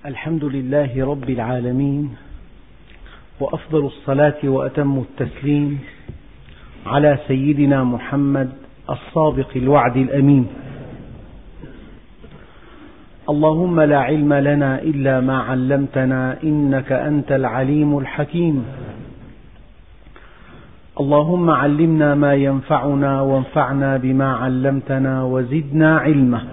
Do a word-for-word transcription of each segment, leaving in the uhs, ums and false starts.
الحمد لله رب العالمين، وأفضل الصلاة وأتم التسليم على سيدنا محمد الصادق الوعد الأمين. اللهم لا علم لنا إلا ما علمتنا إنك أنت العليم الحكيم. اللهم علمنا ما ينفعنا وانفعنا بما علمتنا وزدنا علما،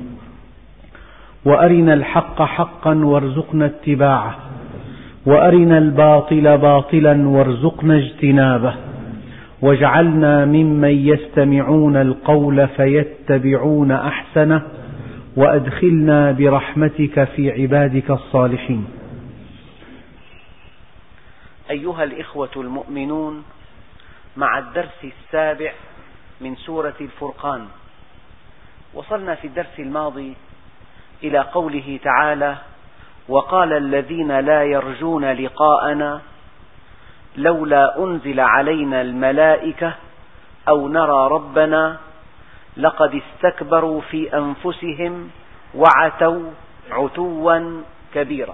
وأرنا الحق حقا وارزقنا اتباعه، وأرنا الباطل باطلا وارزقنا اجتنابه، واجعلنا ممن يستمعون القول فيتبعون أحسنه، وأدخلنا برحمتك في عبادك الصالحين. أيها الإخوة المؤمنون، مع الدرس السابع من سورة الفرقان. وصلنا في الدرس الماضي إلى قوله تعالى: وقال الذين لا يرجون لقاءنا لولا أنزل علينا الملائكة أو نرى ربنا لقد استكبروا في أنفسهم وعتوا عتوا كبيرا.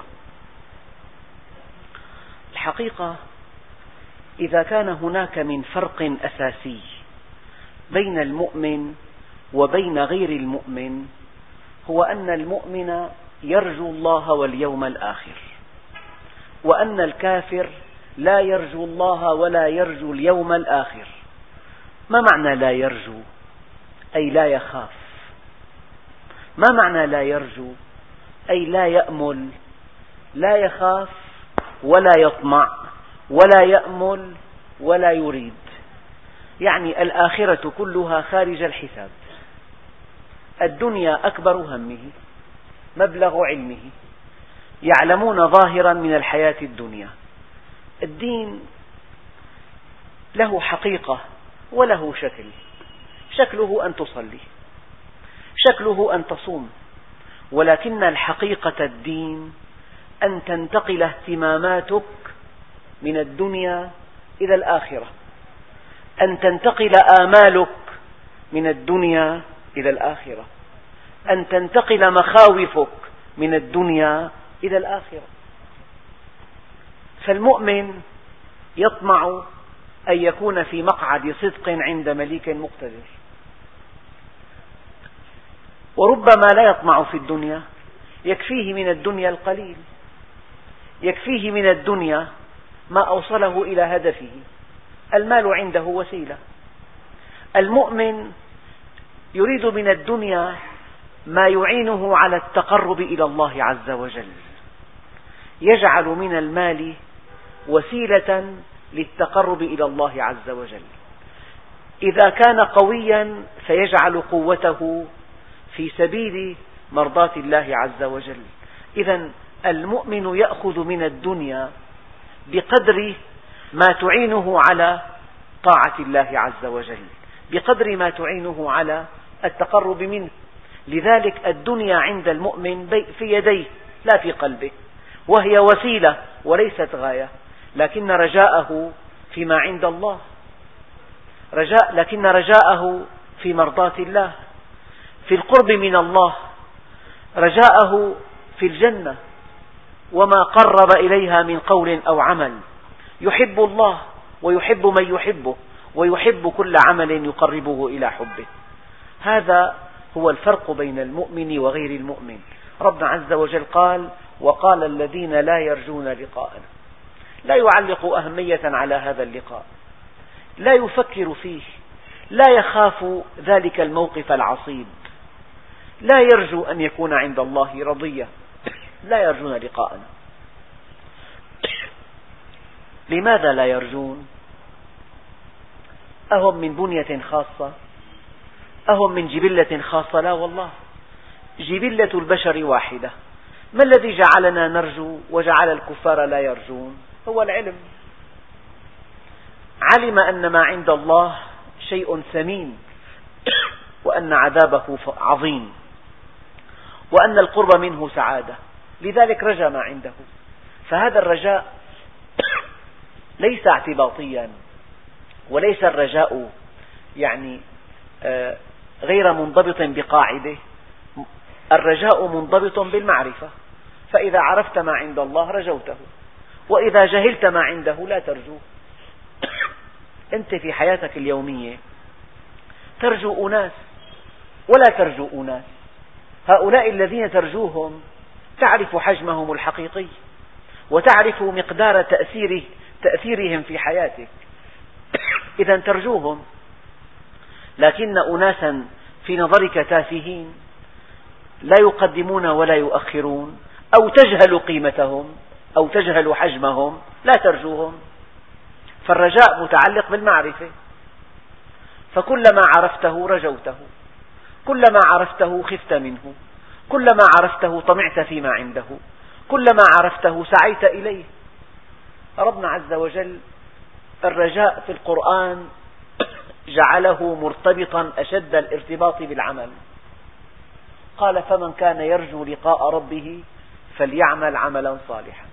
الحقيقة إذا كان هناك من فرق أساسي بين المؤمن وبين غير المؤمن هو أن المؤمن يرجو الله واليوم الآخر، وأن الكافر لا يرجو الله ولا يرجو اليوم الآخر. ما معنى لا يرجو؟ أي لا يخاف. ما معنى لا يرجو؟ أي لا يأمل. لا يخاف ولا يطمع ولا يأمل ولا يريد، يعني الآخرة كلها خارج الحساب. الدنيا أكبر همه، مبلغ علمه، يعلمون ظاهرا من الحياة الدنيا. الدين له حقيقة وله شكل. شكله أن تصلي، شكله أن تصوم، ولكن الحقيقة الدين أن تنتقل اهتماماتك من الدنيا إلى الآخرة، أن تنتقل آمالك من الدنيا إلى الآخرة، أن تنتقل مخاوفك من الدنيا إلى الآخرة. فالمؤمن يطمع أن يكون في مقعد صدق عند مليك مقتدر، وربما لا يطمع في الدنيا، يكفيه من الدنيا القليل، يكفيه من الدنيا ما أوصله إلى هدفه. المال عنده وسيلة. المؤمن يريد من الدنيا ما يعينه على التقرب إلى الله عز وجل، يجعل من المال وسيلة للتقرب إلى الله عز وجل. إذا كان قويا فيجعل قوته في سبيل مرضاة الله عز وجل. إذن المؤمن يأخذ من الدنيا بقدر ما تعينه على طاعة الله عز وجل، بقدر ما تعينه على التقرب منه. لذلك الدنيا عند المؤمن في يديه لا في قلبه، وهي وسيلة وليست غاية، لكن رجاءه فيما عند الله، رجاء لكن رجاءه في مرضاة الله، في القرب من الله، رجاءه في الجنة وما قرب إليها من قول أو عمل. يحب الله ويحب من يحبه، ويحب كل عمل يقربه إلى حبه. هذا هو الفرق بين المؤمن وغير المؤمن. ربنا عز وجل قال: وقال الذين لا يرجون لقاءنا. لا يعلق أهمية على هذا اللقاء، لا يفكر فيه، لا يخاف ذلك الموقف العصيب، لا يرجو أن يكون عند الله رضيا، لا يرجون لقاءنا. لماذا لا يرجون؟ أهم من بنية خاصة؟ أهم من جبلة خاصة؟ لا والله، جبلة البشر واحدة. ما الذي جعلنا نرجو وجعل الكفار لا يرجون؟ هو العلم. علم أن ما عند الله شيء ثمين، وأن عذابه عظيم، وأن القرب منه سعادة، لذلك رجا ما عنده. فهذا الرجاء ليس اعتباطيا، وليس الرجاء يعني غير منضبط بقاعدة. الرجاء منضبط بالمعرفة، فإذا عرفت ما عند الله رجوته، وإذا جهلت ما عنده لا ترجوه. أنت في حياتك اليومية ترجو أناس ولا ترجو أناس. هؤلاء الذين ترجوهم تعرف حجمهم الحقيقي وتعرف مقدار تأثيره تأثيرهم في حياتك، إذا ترجوهم. لكن أناسا في نظرك تافهين لا يقدمون ولا يؤخرون، أو تجهل قيمتهم أو تجهل حجمهم، لا ترجوهم. فالرجاء متعلق بالمعرفة، فكلما عرفته رجوته، كلما عرفته خفت منه، كلما عرفته طمعت فيما عنده، كلما عرفته سعيت إليه. ربنا عز وجل الرجاء في القرآن جعله مرتبطا أشد الارتباط بالعمل. قال: فمن كان يرجو لقاء ربه فليعمل عملا صالحا.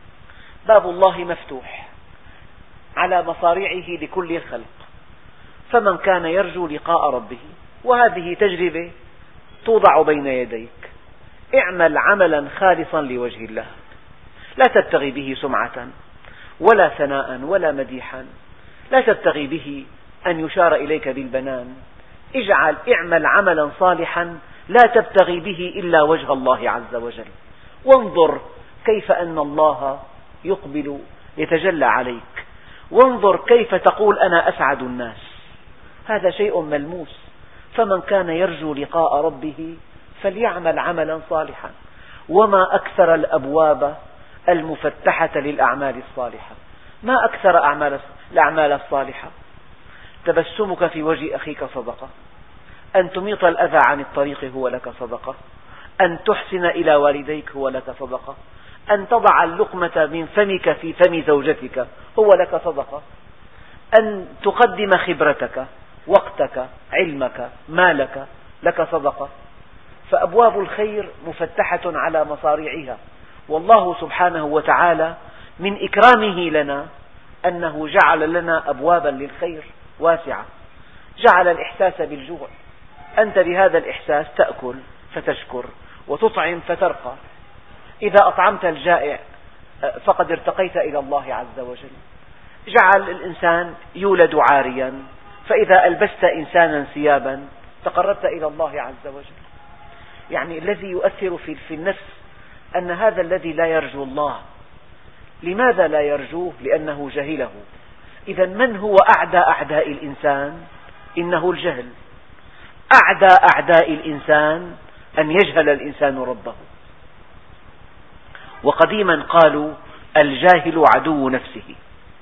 باب الله مفتوح على مصاريعه لكل الخلق، فمن كان يرجو لقاء ربه، وهذه تجربة توضع بين يديك. اعمل عملا خالصا لوجه الله، لا تبتغي به سمعة ولا ثناء ولا مديحا، لا تبتغي به أن يشار إليك بالبنان. اجعل اعمل عملا صالحا لا تبتغي به إلا وجه الله عز وجل، وانظر كيف أن الله يقبل يتجلى عليك، وانظر كيف تقول أنا أسعد الناس. هذا شيء ملموس. فمن كان يرجو لقاء ربه فليعمل عملا صالحا. وما أكثر الأبواب المفتحة للأعمال الصالحة، ما أكثر أعمال الأعمال الصالحة. تبسمك في وجه أخيك صدقة، أن تميط الأذى عن الطريق هو لك صدقة، أن تحسن إلى والديك هو لك صدقة، أن تضع اللقمة من فمك في فم زوجتك هو لك صدقة، أن تقدم خبرتك، وقتك، علمك، مالك لك صدقة. فأبواب الخير مفتحة على مصاريعها. والله سبحانه وتعالى من إكرامه لنا أنه جعل لنا أبوابا للخير واسعة. جعل الإحساس بالجوع، أنت بهذا الإحساس تأكل فتشكر وتطعم فترقى. إذا أطعمت الجائع فقد ارتقيت إلى الله عز وجل. جعل الإنسان يولد عاريا، فإذا ألبست إنسانا ثيابا تقربت إلى الله عز وجل. يعني الذي يؤثر في النفس أن هذا الذي لا يرجو الله. لماذا لا يرجوه؟ لأنه جهله. إذا من هو أعدى أعداء الإنسان؟ إنه الجهل. أعدى أعداء الإنسان أن يجهل الإنسان ربه. وقديما قالوا: الجاهل عدو نفسه.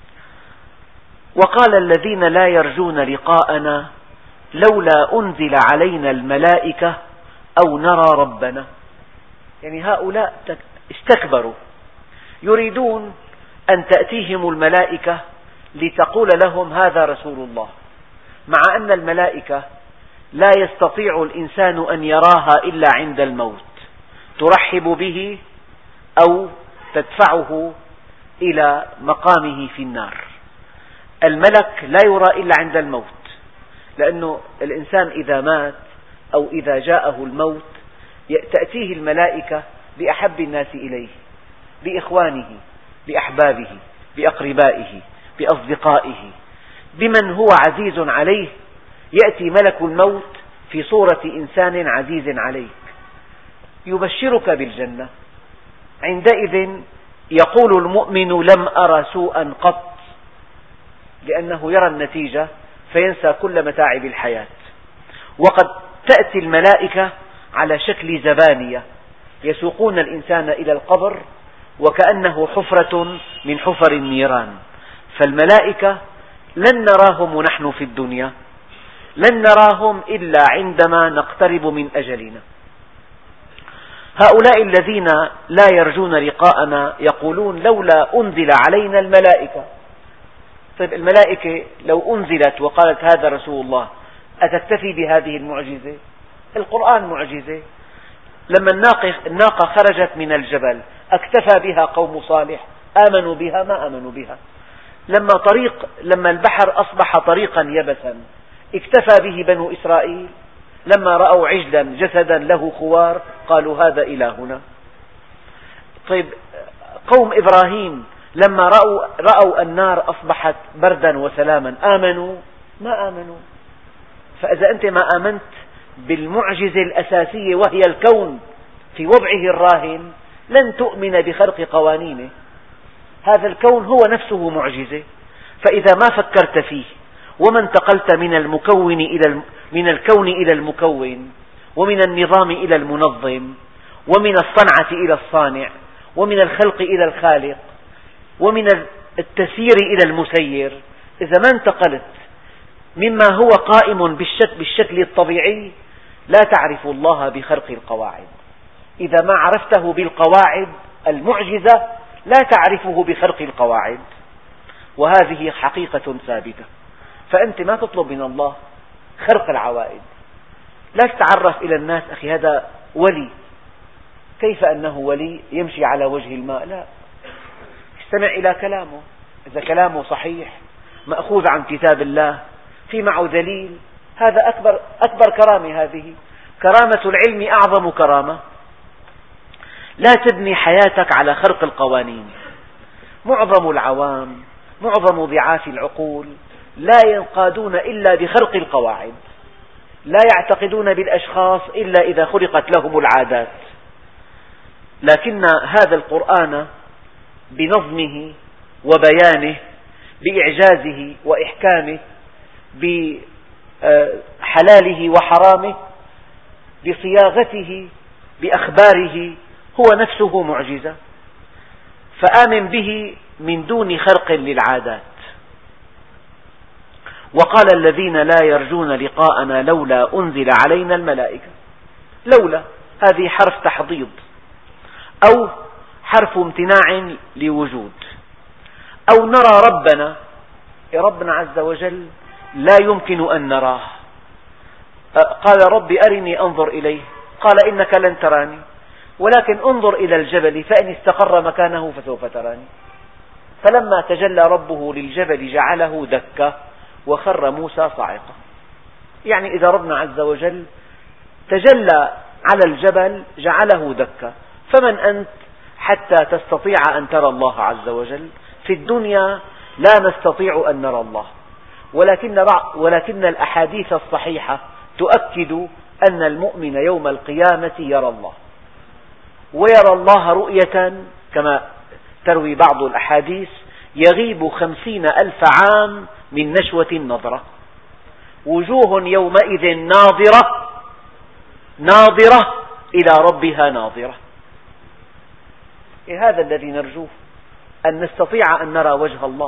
وقال: الذين لا يرجون لقاءنا لولا أنزل علينا الملائكة أو نرى ربنا. يعني هؤلاء استكبروا، يريدون أن تأتيهم الملائكة لتقول لهم هذا رسول الله، مع أن الملائكة لا يستطيع الإنسان أن يراها إلا عند الموت، ترحب به أو تدفعه إلى مقامه في النار. الملك لا يرى إلا عند الموت، لأنه الإنسان إذا مات أو إذا جاءه الموت تأتيه الملائكة بأحب الناس إليه، بإخوانه، بأحبابه، بأقربائه، بأصدقائه، بمن هو عزيز عليه. يأتي ملك الموت في صورة إنسان عزيز عليك يبشرك بالجنة. عندئذ يقول المؤمن: لم أرى سوءا قط، لأنه يرى النتيجة فينسى كل متاعب الحياة. وقد تأتي الملائكة على شكل زبانية يسوقون الإنسان إلى القبر وكأنه حفرة من حفر النيران. فالملائكة لن نراهم ونحن في الدنيا، لن نراهم إلا عندما نقترب من أجلنا. هؤلاء الذين لا يرجون لقاءنا يقولون: لولا أنزل علينا الملائكة. طيب الملائكة لو أنزلت وقالت هذا رسول الله أتكتفي بهذه المعجزة؟ القرآن معجزة. لما الناقة خرجت من الجبل أكتفى بها قوم صالح؟ آمنوا بها؟ ما آمنوا بها. لما طريق لما البحر أصبح طريقا يبسا اكتفى به بنو إسرائيل؟ لما رأوا عجلا جسدا له خوار قالوا هذا إلهنا. طيب قوم إبراهيم لما رأوا, رأوا النار أصبحت بردا وسلاما آمنوا؟ ما آمنوا. فإذا أنت ما آمنت بالمعجزة الأساسية وهي الكون في وضعه الراهن لن تؤمن بخرق قوانينه. هذا الكون هو نفسه معجزة، فإذا ما فكرت فيه وما انتقلت من المكون إلى من الكون إلى المكون، ومن النظام إلى المنظم، ومن الصنعة إلى الصانع، ومن الخلق إلى الخالق، ومن التسيير إلى المسير، إذا ما انتقلت مما هو قائم بالشكل الطبيعي لا تعرف الله بخرق القواعد. إذا ما عرفته بالقواعد المعجزة لا تعرفه بخرق القواعد، وهذه حقيقة ثابتة. فأنت ما تطلب من الله خرق العوائد. لا تتعرف إلى الناس أخي هذا ولي، كيف أنه ولي يمشي على وجه الماء؟ لا، استمع إلى كلامه، إذا كلامه صحيح مأخوذ عن كتاب الله في معه دليل، هذا أكبر, أكبر كرامة. هذه كرامة العلم أعظم كرامة. لا تبني حياتك على خرق القوانين. معظم العوام، معظم ضعاف العقول لا ينقادون إلا بخرق القواعد، لا يعتقدون بالأشخاص إلا إذا خلقت لهم العادات. لكن هذا القرآن بنظمه وبيانه، بإعجازه وإحكامه، بحلاله وحرامه، بصياغته، بأخباره، هو نفسه معجزة. فآمن به من دون خرق للعادات. وقال الذين لا يرجون لقاءنا لولا أنزل علينا الملائكة. لولا هذه حرف تحضيض أو حرف امتناع لوجود. أو نرى ربنا، ربنا عز وجل لا يمكن أن نراه. قال رب أرني أنظر إليه، قال إنك لن تراني ولكن انظر إلى الجبل فإن استقر مكانه فسوف تراني. فلما تجلى ربه للجبل جعله دكا وخر موسى صاعقا. يعني إذا ربنا عز وجل تجلى على الجبل جعله دكا، فمن أنت حتى تستطيع أن ترى الله عز وجل؟ في الدنيا لا نستطيع أن نرى الله، ولكن, ولكن الأحاديث الصحيحة تؤكد أن المؤمن يوم القيامة يرى الله، ويرى الله رؤية كما تروي بعض الأحاديث يغيب خمسين ألف عام من نشوة النظرة. وجوه يومئذ ناظرة ناظرة إلى ربها ناظرة. هذا الذي نرجوه، أن نستطيع أن نرى وجه الله.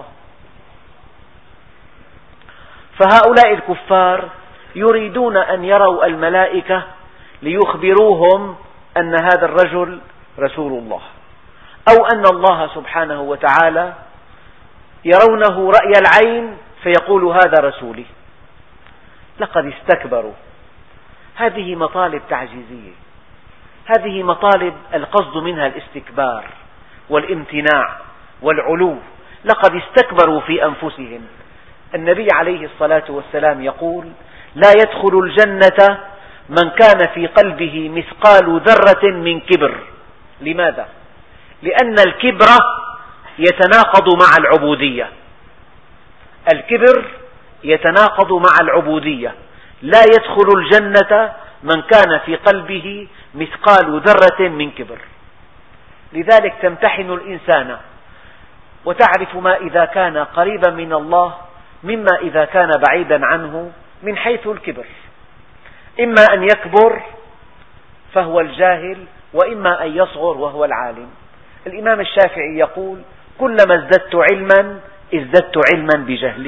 فهؤلاء الكفار يريدون أن يروا الملائكة ليخبروهم أن هذا الرجل رسول الله، أو أن الله سبحانه وتعالى يرونه رأي العين فيقول هذا رسولي. لقد استكبروا. هذه مطالب تعجيزية، هذه مطالب القصد منها الاستكبار والامتناع والعلو. لقد استكبروا في أنفسهم. النبي عليه الصلاة والسلام يقول لا يدخل الجنة من كان في قلبه مثقال ذرة من كبر. لماذا؟ لأن الكبر يتناقض مع العبودية. الكبر يتناقض مع العبودية. لا يدخل الجنة من كان في قلبه مثقال ذرة من كبر. لذلك تمتحن الإنسان وتعرف ما إذا كان قريبا من الله مما إذا كان بعيدا عنه من حيث الكبر. إما أن يكبر فهو الجاهل، وإما أن يصغر وهو العالم. الإمام الشافعي يقول كلما ازددت علما ازددت علما بجهلي.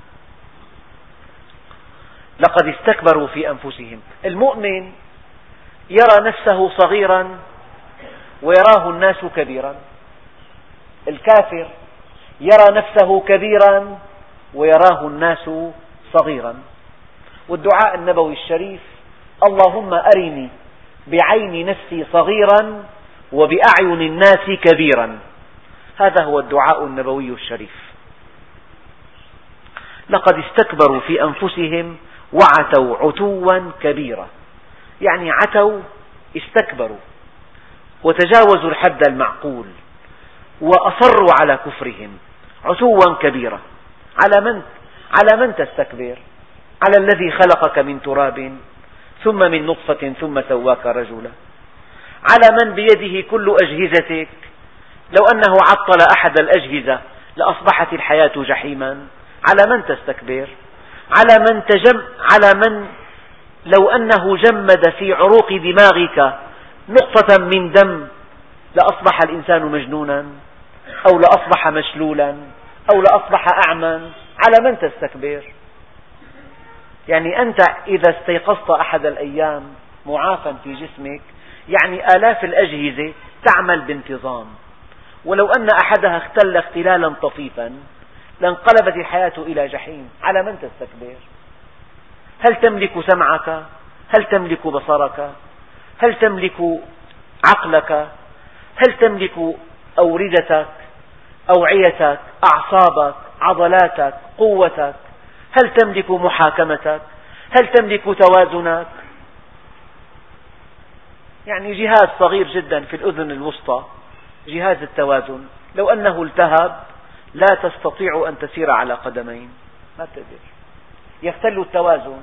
لقد استكبروا في أنفسهم. المؤمن يرى نفسه صغيرا ويراه الناس كبيرا. الكافر يرى نفسه كبيرا ويراه الناس صغيرا. والدعاء النبوي الشريف اللهم أرني بعين نفسي صغيرا وبأعين الناس كبيرا. هذا هو الدعاء النبوي الشريف. لقد استكبروا في أنفسهم وعتوا عتوا كبيرا. يعني عتوا، استكبروا، وتجاوزوا الحد المعقول وأصروا على كفرهم عتوا كبيرا. على من على من تستكبر؟ على الذي خلقك من تراب ثم من نطفة ثم سواك رجلا، على من بيده كل أجهزتك. لو أنه عطل أحد الأجهزة لأصبحت الحياة جحيما. على من تستكبر؟ على من تجم على من لو أنه جمد في عروق دماغك نقطة من دم لأصبح الإنسان مجنونا، أو لأصبح مشلولا، أو لأصبح أعمى. على من تستكبر؟ يعني أنت إذا استيقظت أحد الأيام معافى في جسمك، يعني آلاف الأجهزة تعمل بانتظام، ولو أن أحدها اختل اختلالا طفيفا لانقلبت الحياة إلى جحيم. على من تستكبر؟ هل تملك سمعك؟ هل تملك بصرك؟ هل تملك عقلك؟ هل تملك أوردتك، أوعيتك، أعصابك، عضلاتك، قوتك؟ هل تملك محاكمتك؟ هل تملك توازنك؟ يعني جهاز صغير جدا في الأذن الوسطى، جهاز التوازن، لو أنه التهب لا تستطيع أن تسير على قدمين، ما تقدر، يختل التوازن.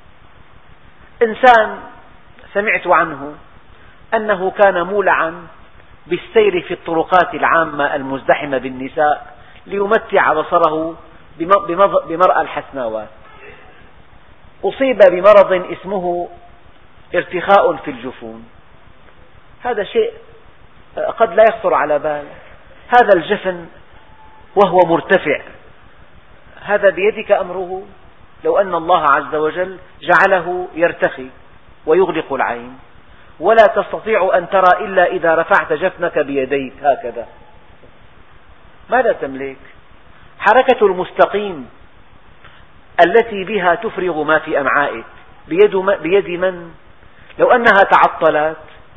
إنسان سمعت عنه أنه كان مولعا بالسير في الطرقات العامة المزدحمة بالنساء ليمتع بصره بمرأى الحسناوات. أصيب بمرض اسمه ارتخاء في الجفون. هذا شيء قد لا يخطر على بال. هذا الجفن وهو مرتفع، هذا بيدك أمره. لو أن الله عز وجل جعله يرتخي ويغلق العين، ولا تستطيع أن ترى إلا إذا رفعت جفنك بيديك هكذا، ماذا تملك؟ حركة المستقيم التي بها تفرغ ما في أمعائك بيد, بيد من؟ لو أنها تعطلت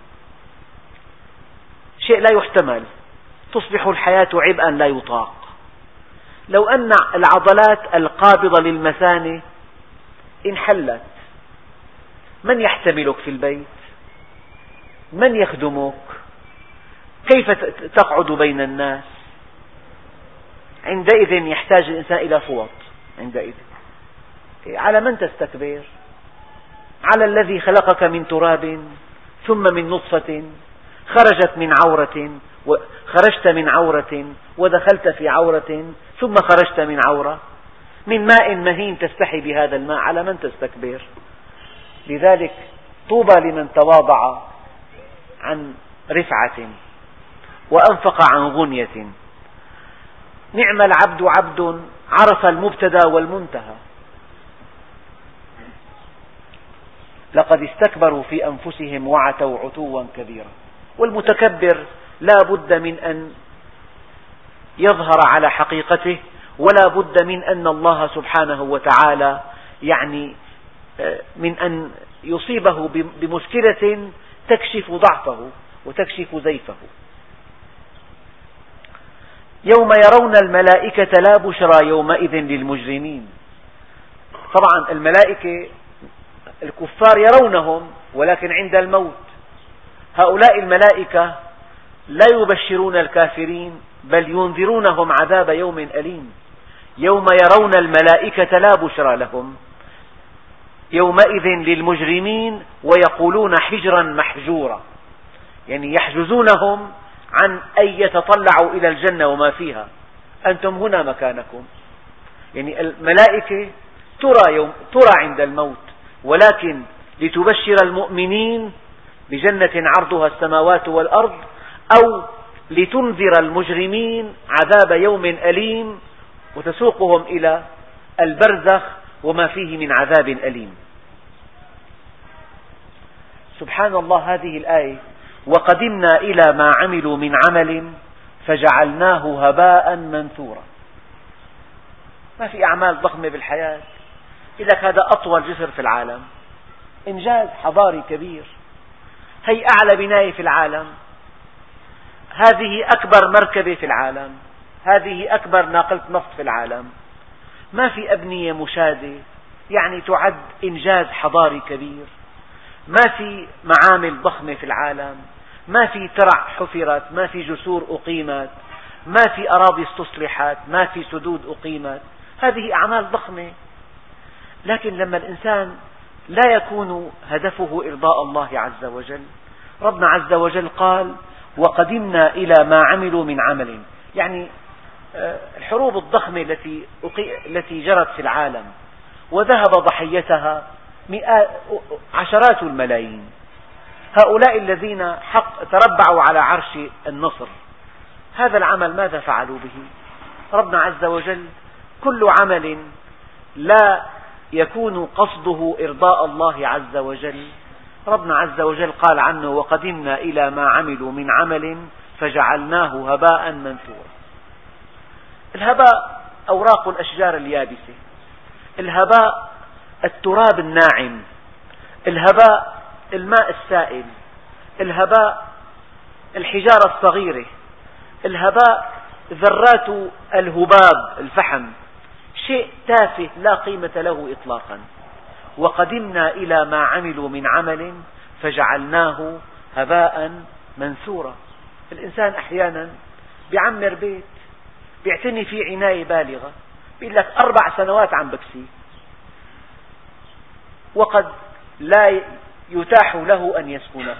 شيء لا يحتمل، تصبح الحياة عبئا لا يطاق. لو أن العضلات القابضة للمثانة انحلت، من يحتملك في البيت؟ من يخدمك؟ كيف تقعد بين الناس؟ عندئذ يحتاج الإنسان إلى فوط. عندئذ على من تستكبر؟ على الذي خلقك من تراب ثم من نطفة خرجت من عورة خرجت من عورة ودخلت في عورة ثم خرجت من عورة، من ماء مهين تستحي بهذا الماء. على من تستكبر؟ لذلك طوبى لمن تواضع عن رفعة وأنفق عن غنية. نعم العبد عبد عرف المبتدأ والمنتهى. لقد استكبروا في أنفسهم وعتوا عتوا كبيرا. والمتكبر لا بد من أن يظهر على حقيقته، ولا بد من أن الله سبحانه وتعالى يعني من أن يصيبه بمشكلة تكشف ضعفه وتكشف زيفه. يوم يرون الملائكة لا بشرى يومئذ للمجرمين. طبعا الملائكة الكفار يرونهم، ولكن عند الموت هؤلاء الملائكة لا يبشرون الكافرين بل ينذرونهم عذاب يوم أليم. يوم يرون الملائكة لا بشرى لهم يومئذ للمجرمين ويقولون حجرا محجورا، يعني يحجزونهم عن أن يتطلعوا إلى الجنة وما فيها. أنتم هنا مكانكم. يعني الملائكة ترى, يوم ترى عند الموت، ولكن لتبشر المؤمنين بجنة عرضها السماوات والأرض، أو لتنذر المجرمين عذاب يوم أليم وتسوقهم إلى البرزخ وما فيه من عذاب أليم. سبحان الله. هذه الآية: وقدمنا إلى ما عملوا من عمل فجعلناه هباء منثورا. ما في أعمال ضخمة بالحياة. إذا هذا أطول جسر في العالم، إنجاز حضاري كبير، هي أعلى بناية في العالم، هذه أكبر مركبة في العالم، هذه أكبر ناقلة نفط في العالم، ما في أبنية مشادة، يعني تعد إنجاز حضاري كبير، ما في معامل ضخمة في العالم، ما في ترع حفرت، ما في جسور أقيمت، ما في أراضي استصلحت، ما في سدود أقيمت. هذه أعمال ضخمة، لكن لما الإنسان لا يكون هدفه إرضاء الله عز وجل، ربنا عز وجل قال وقدمنا إلى ما عملوا من عمل. يعني الحروب الضخمة التي التي جرت في العالم وذهب ضحيتها مئات عشرات الملايين، هؤلاء الذين حق تربعوا على عرش النصر، هذا العمل ماذا فعلوا به؟ ربنا عز وجل كل عمل لا يكون قصده إرضاء الله عز وجل، ربنا عز وجل قال عنه وقدمنا إلى ما عملوا من عمل فجعلناه هباء منثورا. الهباء أوراق الأشجار اليابسة، الهباء التراب الناعم، الهباء الماء السائل، الهباء الحجارة الصغيرة، الهباء ذرات الهباب الفحم، شيء تافه لا قيمة له إطلاقا. وقدمنا إلى ما عملوا من عمل فجعلناه هباء منثورا. الإنسان أحيانا بيعمر بيت بيعتني فيه عناية بالغة، بيقول لك أربع سنوات عم بكسي، وقد لا يتاح له أن يسكنه.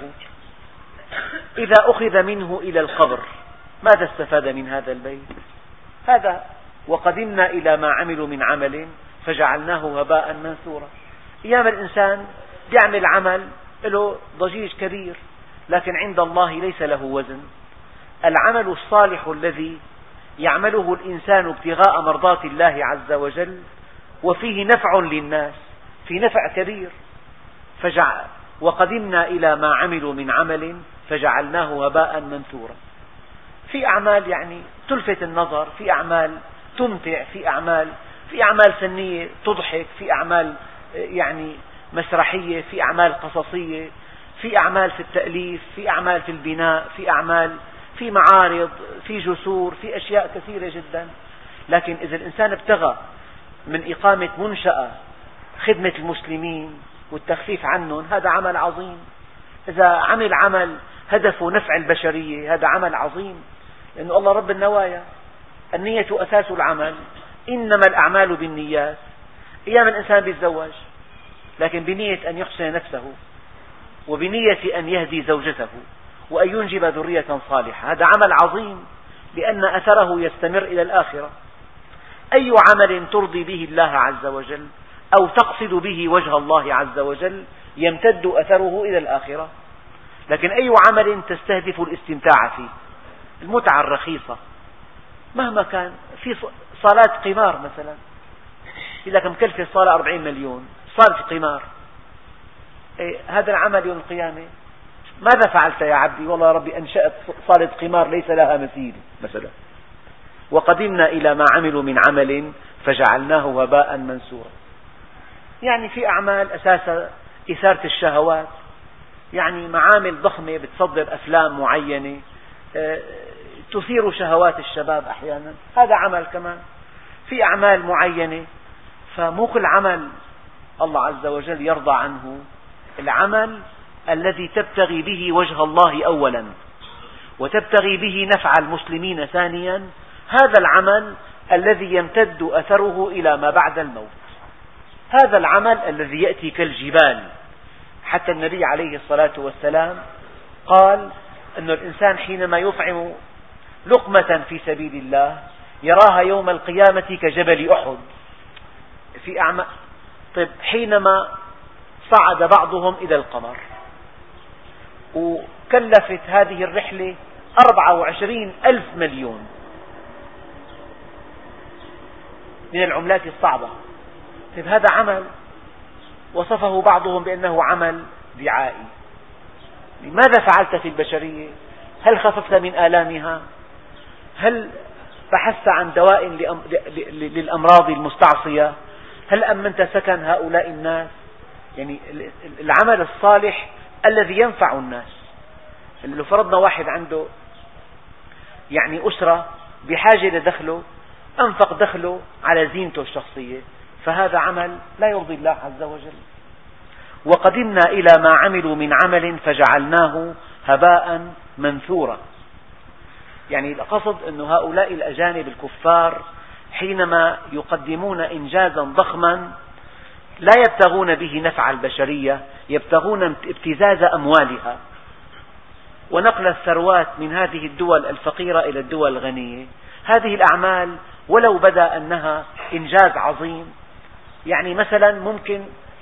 إذا أخذ منه إلى القبر ماذا استفاد من هذا البيت؟ هذا وقدمنا إلى ما عملوا من عمل فجعلناه هباء منثورا. أيام الإنسان يعمل عمل له ضجيج كبير، لكن عند الله ليس له وزن. العمل الصالح الذي يعمله الإنسان ابتغاء مرضات الله عز وجل وفيه نفع للناس، في نفع كبير. فجعل وقدمنا إلى ما عملوا من عمل فجعلناه هباء منثورا. في أعمال يعني تلفت النظر، في أعمال تمتع، في أعمال في أعمال فنية تضحك، في أعمال يعني مسرحية، في أعمال قصصية، في أعمال في التأليف، في أعمال في البناء، في أعمال في معارض، في جسور، في أشياء كثيرة جدا. لكن إذا الإنسان ابتغى من إقامة منشأة خدمة المسلمين والتخفيف عنهم، هذا عمل عظيم. إذا عمل عمل هدفه نفع البشرية، هذا عمل عظيم، لأن الله رب النوايا، النية أساس العمل، إنما الأعمال بالنيات. أيام الإنسان بيتزوج لكن بنية أن يحسن نفسه، وبنية أن يهدي زوجته، وأن ينجب ذرية صالحة، هذا عمل عظيم لأن أثره يستمر إلى الآخرة. أي عمل ترضي به الله عز وجل أو تقصد به وجه الله عز وجل يمتد أثره إلى الآخرة. لكن أي عمل تستهدف الاستمتاع فيه، المتعة الرخيصة مهما كان، في صالات قمار مثلا إذا كم مكلفة الصالة أربعين مليون، صالة قمار، إيه هذا العمل يوم القيامة ماذا فعلت يا عبدي؟ والله ربي أنشأت صالة قمار ليس لها مثيل مثلا. وقدمنا إلى ما عملوا من عمل فجعلناه هباء منثورا. يعني في أعمال أساسا إثارة الشهوات، يعني معامل ضخمة بتصدر أفلام معينة تثير شهوات الشباب أحيانا، هذا عمل كمان. في أعمال معينة، فمو كل عمل الله عز وجل يرضى عنه. العمل الذي تبتغي به وجه الله أولا وتبتغي به نفع المسلمين ثانيا، هذا العمل الذي يمتد أثره إلى ما بعد الموت. هذا العمل الذي يأتي كالجبال. حتى النبي عليه الصلاة والسلام قال أن الإنسان حينما يطعم لقمة في سبيل الله يراها يوم القيامة كجبل أحد. في أعمال طيب حينما صعد بعضهم إلى القمر وكلفت هذه الرحلة أربعة وعشرين ألف مليون من العملات الصعبة، طيب هذا عمل وصفه بعضهم بأنه عمل دعائي. ماذا فعلت في البشرية؟ هل خففت من آلامها؟ هل بحثت عن دواء للأمراض المستعصية؟ هل أمنت سكن هؤلاء الناس؟ يعني العمل الصالح الذي ينفع الناس. لو فرضنا واحد عنده يعني أسرة بحاجة لدخله، أنفق دخله على زينته الشخصية، فهذا عمل لا يرضي الله عز وجل. وقدمنا إلى ما عملوا من عمل فجعلناه هباء منثورا. يعني القصد أن هؤلاء الأجانب الكفار حينما يقدمون إنجازا ضخما لا يبتغون به نفع البشرية، يبتغون ابتزاز أموالها ونقل الثروات من هذه الدول الفقيرة إلى الدول الغنية. هذه الأعمال ولو بدا أنها إنجاز عظيم، يعني مثلا ممكن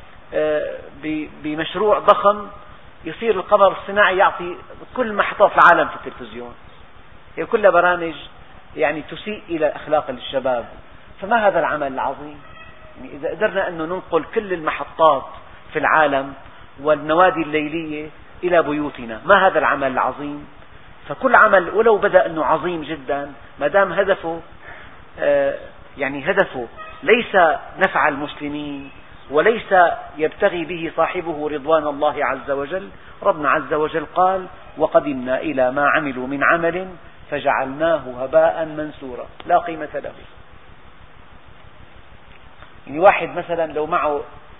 بمشروع ضخم يصير القمر الصناعي يعطي كل محطات العالم في التلفزيون، هي كلها برامج يعني تسيء إلى أخلاق الشباب. فما هذا العمل العظيم؟ يعني إذا قدرنا أن ننقل كل المحطات في العالم والنوادي الليلية إلى بيوتنا، ما هذا العمل العظيم؟ فكل عمل ولو بدأ أنه عظيم جدا، ما دام هدفه يعني هدفه ليس نفع المسلمين وليس يبتغي به صاحبه رضوان الله عز وجل. ربنا عز وجل قال: وقدمنا إلى ما عملوا من عمل فجعلناه هباء منثورا لا قيمة له. يعني واحد مثلا لو معه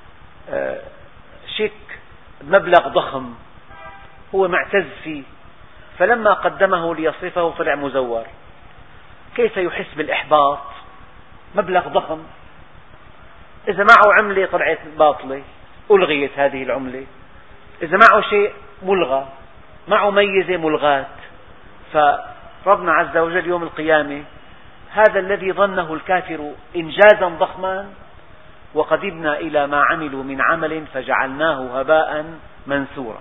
شيك مبلغ ضخم هو معتز فيه، فلما قدمه ليصرفه طلع مزور، كيف يحس بالإحباط؟ مبلغ ضخم، إذا معه عملة طلعت باطلة ألغيت هذه العملة، إذا معه شيء ملغى، معه ميزة ملغاة. فربنا عز وجل يوم القيامة هذا الذي ظنه الكافر إنجازا ضخما: وقدمنا إلى ما عملوا من عمل فجعلناه هباء منثورا.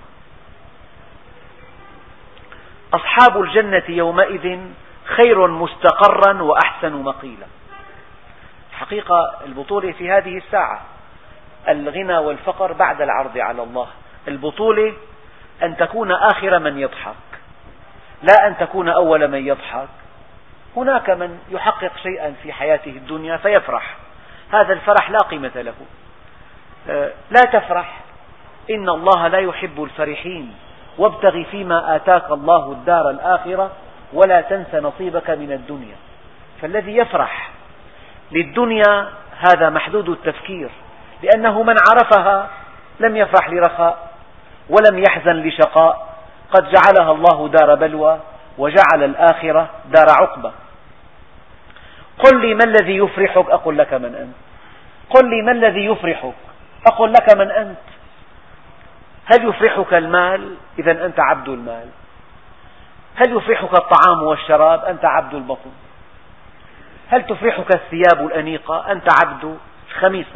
أصحاب الجنة يومئذ خير مستقرا وأحسن مقيلا. حقيقة البطولة في هذه الساعة، الغنى والفقر بعد العرض على الله. البطولة أن تكون آخر من يضحك، لا أن تكون أول من يضحك. هناك من يحقق شيئا في حياته الدنيا فيفرح، هذا الفرح لا قيمة له. لا تفرح، إن الله لا يحب الفرحين، وابتغ فيما آتاك الله الدار الآخرة ولا تنس نصيبك من الدنيا. فالذي يفرح للدنيا هذا محدود التفكير، لأنه من عرفها لم يفرح لرخاء ولم يحزن لشقاء. قد جعلها الله دار بلوى وجعل الآخرة دار عقبة. قل لي ما الذي يفرحك أقول لك من أنت. قل لي ما الذي يفرحك أقول لك من أنت. هل يفرحك المال؟ إذا أنت عبد المال. هل يفرحك الطعام والشراب؟ أنت عبد البطن. هل تفرحك الثياب الأنيقة؟ أنت عبد الخميصة.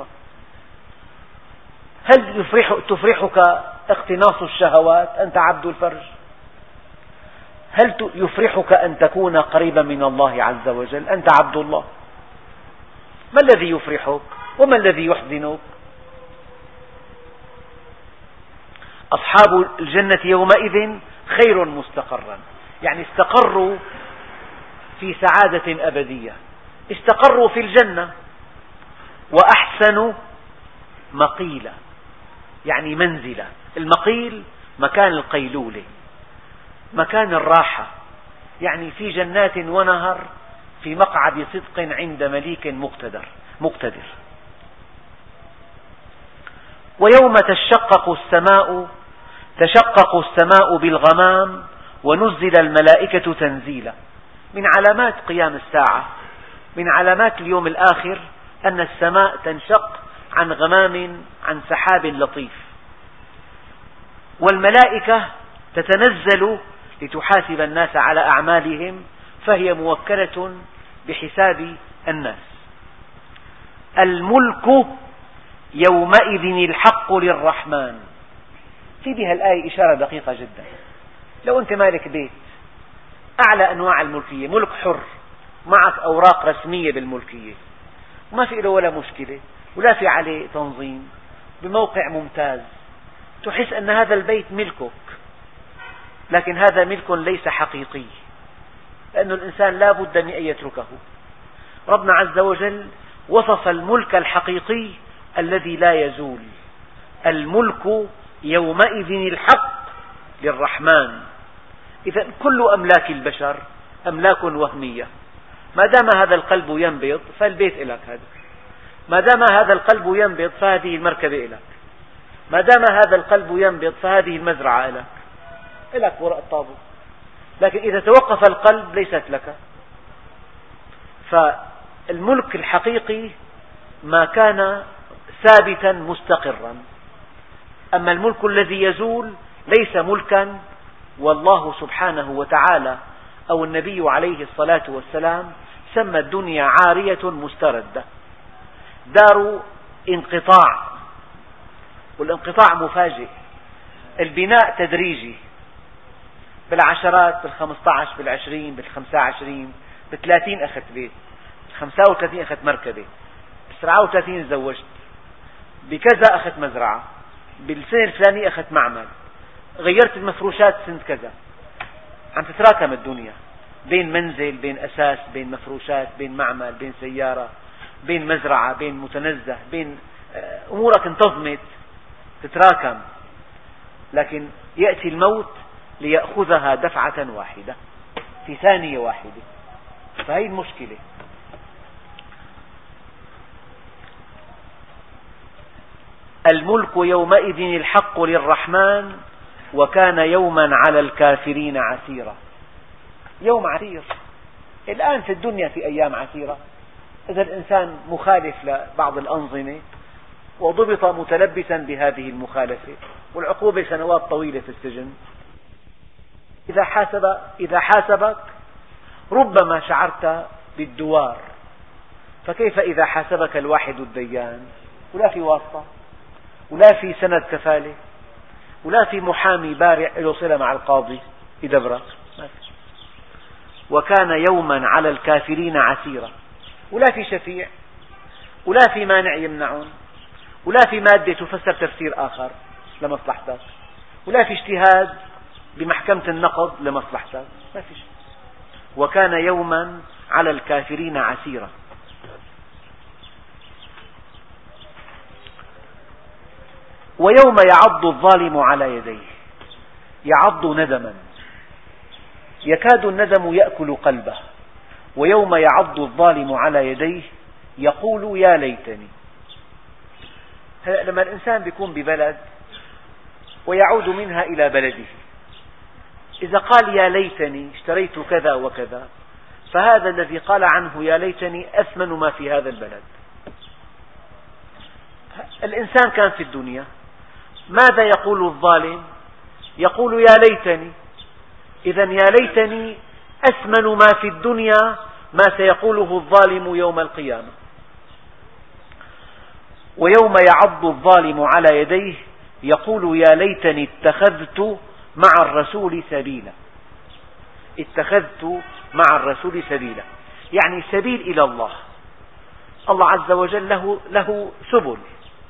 هل يفرح تفرحك اقتناص الشهوات؟ أنت عبد الفرج. هل يفرحك أن تكون قريبا من الله عز وجل؟ أنت عبد الله. ما الذي يفرحك وما الذي يحزنك؟ أصحاب الجنة يومئذ خير مستقرا، يعني استقروا في سعادة أبدية، استقروا في الجنة. وأحسن مقيلا، يعني منزلا. المقيل مكان القيلولة، مكان الراحة، يعني في جنات ونهر في مقعد صدق عند مليك مقتدر مقتدر. ويوم تشقق السماء تشقق السماء بالغمام ونزل الملائكة تنزيلا. من علامات قيام الساعة، من علامات اليوم الآخر، أن السماء تنشق عن غمام، عن سحاب لطيف، والملائكة تتنزل لتحاسب الناس على أعمالهم، فهي موكلة بحساب الناس. الملك يومئذ الحق للرحمن. في بها الآية إشارة دقيقة جدا. لو أنت مالك بيت، أعلى أنواع الملكية، ملك حر، معك أوراق رسمية بالملكية، ما في له ولا مشكلة ولا في عليه تنظيم، بموقع ممتاز، تحس أن هذا البيت ملكك، لكن هذا ملك ليس حقيقي، لأن الإنسان لا بد من أن يتركه. ربنا عز وجل وصف الملك الحقيقي الذي لا يزول. الملك يومئذ الحق للرحمن. إذا كل أملاك البشر أملاك وهمية. ما دام هذا القلب ينبض فالبيت إلك، هذا ما دام هذا القلب ينبض فهذه المركبة إلك، ما دام هذا القلب ينبض فهذه المزرعة إلك. لك وراء الطابوت، لكن إذا توقف القلب ليست لك. فالملك الحقيقي ما كان ثابتا مستقرا، أما الملك الذي يزول ليس ملكا. والله سبحانه وتعالى أو النبي عليه الصلاة والسلام سمى الدنيا عارية مستردة، دار انقطاع، والانقطاع مفاجئ. البناء تدريجي، بالعشرات، بالخمسة عشر، بالعشرين، بالخمسة وعشرين، بالثلاثين أخذت بيت، بالخمسة وثلاثين أخذت مركبة، بالسبعة وثلاثين تزوجت، بكذا أخذت مزرعة، بالسنة الفلانية أخذت معمل، غيرت المفروشات سنة كذا. عم تتراكم الدنيا بين منزل، بين أساس، بين مفروشات، بين معمل، بين سيارة، بين مزرعة، بين متنزه، بين أمورك انتظمت تتراكم، لكن يأتي الموت ليأخذها دفعة واحدة في ثانية واحدة. فهي المشكلة. الملك يومئذ الحق للرحمن وكان يوما على الكافرين عسيرا. يوم عسير. الآن في الدنيا في أيام عسيرة، إذا الإنسان مخالف لبعض الأنظمة وضبط متلبسا بهذه المخالفة، والعقوبة سنوات طويلة في السجن. إذا حاسب إذا حاسبك ربما شعرت بالدوار، فكيف إذا حاسبك الواحد الديان؟ ولا في واسطة، ولا في سند كفالة، ولا في محامي بارع له صلة مع القاضي يدبرك. وكان يوما على الكافرين عسيرا. ولا في شفيع، ولا في مانع يمنعون، ولا في مادة تفسر تفسير آخر لمصلحتك، ولا في اجتهاد بمحكمة النقض لمصلحتك، ما في شيء. وكان يوما على الكافرين عسيرا. ويوم يعض الظالم على يديه، يعض ندما، يكاد الندم يأكل قلبه. ويوم يعض الظالم على يديه يقول يا ليتني. لما الإنسان بيكون ببلد ويعود منها إلى بلده، إذا قال يا ليتني اشتريت كذا وكذا، فهذا الذي قال عنه يا ليتني أثمن ما في هذا البلد. الإنسان كان في الدنيا، ماذا يقول الظالم؟ يقول يا ليتني. إذا يا ليتني أثمن ما في الدنيا ما سيقوله الظالم يوم القيامة. ويوم يعض الظالم على يديه يقول يا ليتني اتخذت مع الرسول سبيلا. اتخذت مع الرسول سبيلا، يعني سبيل إلى الله. الله عز وجل له, له سبل.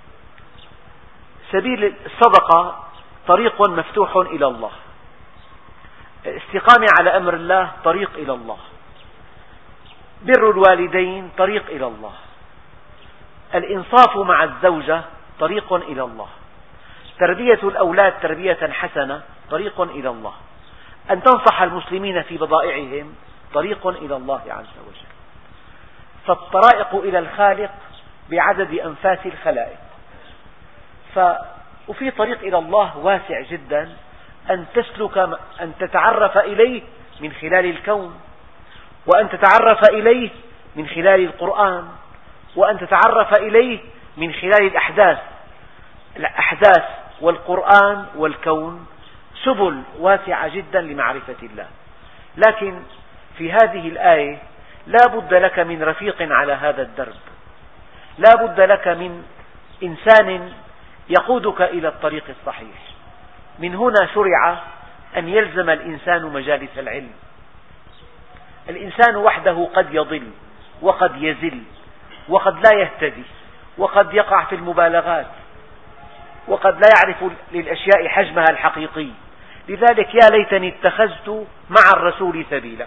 سبيل الصدقة طريق مفتوح إلى الله، الاستقامة على أمر الله طريق إلى الله، بر الوالدين طريق إلى الله، الإنصاف مع الزوجة طريق إلى الله، تربية الأولاد تربية حسنة طريق إلى الله، أن تنصح المسلمين في بضائعهم طريق إلى الله عز وجل. فالطرائق إلى الخالق بعدد أنفاس الخلائق. ف... وفي طريق إلى الله واسع جدا، أن تسلك، أن تتعرف إليه من خلال الكون، وأن تتعرف إليه من خلال القرآن، وأن تتعرف إليه من خلال الأحداث. الأحداث والقرآن والكون سبل واسعة جدا لمعرفة الله. لكن في هذه الآية لا بد لك من رفيق على هذا الدرب، لا بد لك من إنسان يقودك إلى الطريق الصحيح. من هنا شرع أن يلزم الإنسان مجالس العلم. الإنسان وحده قد يضل وقد يزل وقد لا يهتدي وقد يقع في المبالغات وقد لا يعرف للأشياء حجمها الحقيقي. لذلك يا ليتني اتخذت مع الرسول سبيلا.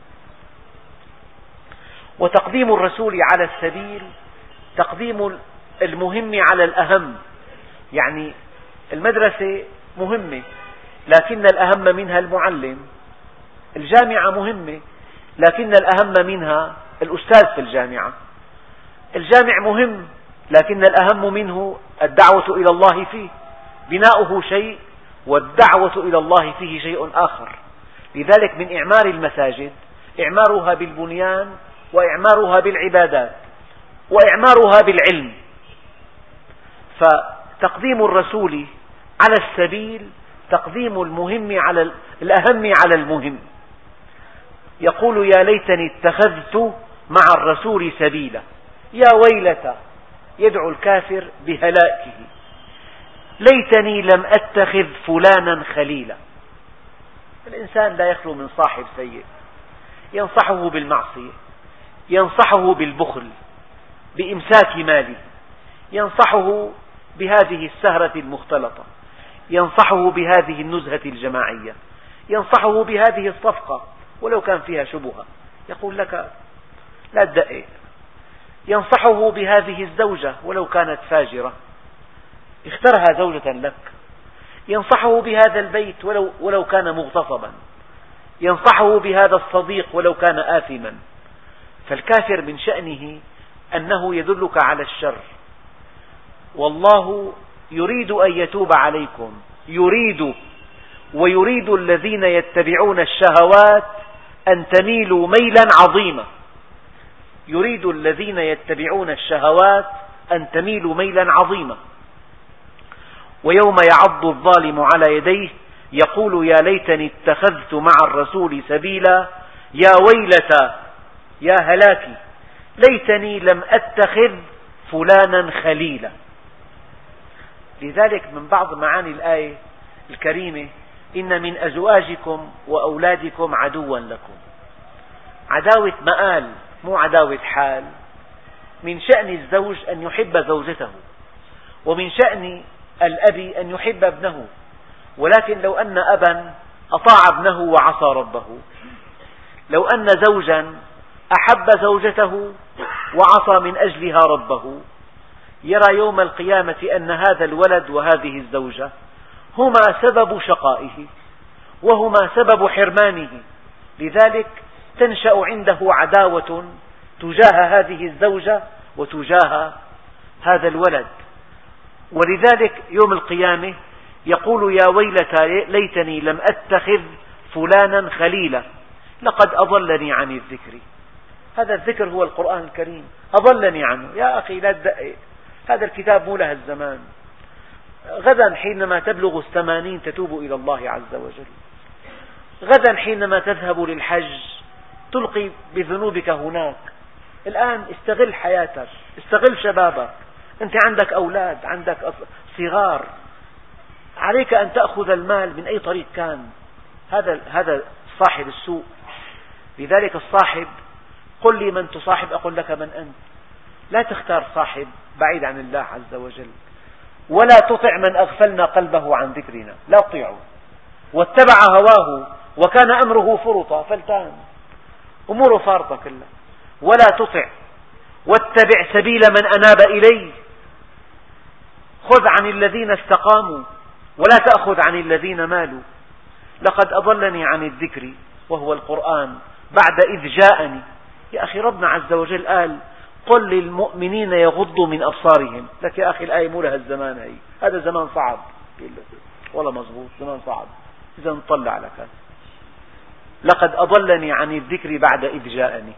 وتقديم الرسول على السبيل تقديم المهم على الأهم. يعني المدرسة مهمة لكن الأهم منها المعلم، الجامعة مهمة لكن الأهم منها الأستاذ في الجامعة، الجامع مهم لكن الأهم منه الدعوة إلى الله فيه. بناؤه شيء والدعوة إلى الله فيه شيء آخر. لذلك من إعمار المساجد إعمارها بالبنيان، وإعمارها بالعبادات، وإعمارها بالعلم. فتقديم الرسول على السبيل تقديم المهم على الأهم على المهم. يقول: يا ليتني اتخذت مع الرسول سبيلا. يا ويلتى، يدعو الكافر بهلاكه. ليتني لم أتخذ فلانا خليلا. الإنسان لا يخلو من صاحب سيء ينصحه بالمعصية، ينصحه بالبخل، بإمساك ماله، ينصحه بهذه السهرة المختلطة، ينصحه بهذه النزهة الجماعية، ينصحه بهذه الصفقة ولو كان فيها شبهة، يقول لك لا تدقق. ينصحه بهذه الزوجة ولو كانت فاجرة، اخترها زوجة لك. ينصحه بهذا البيت ولو, ولو كان مغتصبا، ينصحه بهذا الصديق ولو كان آثما. فالكافر من شأنه أنه يدلك على الشر، والله يريد أن يتوب عليكم، يريد ويريد الذين يتبعون الشهوات أن تميلوا ميلا عظيما. يريد الذين يتبعون الشهوات أن تميلوا ميلا عظيما. ويوم يعض الظالم على يديه يقول: يا ليتني اتخذت مع الرسول سبيلا. يا ويلتى، يا هلاكي، ليتني لم أتخذ فلانا خليلا. لذلك من بعض معاني الآية الكريمة: إن من أزواجكم وأولادكم عدوا لكم. عداوة مآل، مو عداوة حال. من شأن الزوج أن يحب زوجته، ومن شأن الأب أن يحب ابنه. ولكن لو أن أبا أطاع ابنه وعصى ربه، لو أن زوجا أحب زوجته وعصى من أجلها ربه، يرى يوم القيامة أن هذا الولد وهذه الزوجة هما سبب شقائه وهما سبب حرمانه. لذلك تنشأ عنده عداوة تجاه هذه الزوجة وتجاه هذا الولد. ولذلك يوم القيامة يقول: يا ويلتى ليتني لم أتخذ فلانا خليلا، لقد أضلني عن الذكر. هذا الذكر هو القرآن الكريم، أضلني عنه. يا أخي لا تدقق، هذا الكتاب مو له الزمان. غدا حينما تبلغ الثمانين تتوب إلى الله عز وجل. غدا حينما تذهب للحج تلقي بذنوبك هناك. الآن استغل حياتك، استغل شبابك. أنت عندك أولاد، عندك صغار، عليك أن تأخذ المال من أي طريق كان. هذا هذا صاحب السوء. لذلك الصاحب، قل لي من تصاحب أقول لك من أنت. لا تختار صاحب بعيد عن الله عز وجل. ولا تطع من أغفلنا قلبه عن ذكرنا، لا تطيعه. واتبع هواه وكان أمره فرطا، فلتان أموره فارطة كلها. ولا تطع واتبع سبيل من أناب إلي. خذ عن الذين استقاموا ولا تأخذ عن الذين مالوا. لقد أضلني عن الذكر وهو القرآن بعد إذ جاءني. يا أخي ربنا عز وجل قال: قل للمؤمنين يغضوا من أبصارهم. لك يا أخي الآية مو لها الزمان، هي هذا زمان صعب. والله مضبوط، زمان صعب. إذا نطلع لك: لقد أضلني عن الذكر بعد إذ جاءني.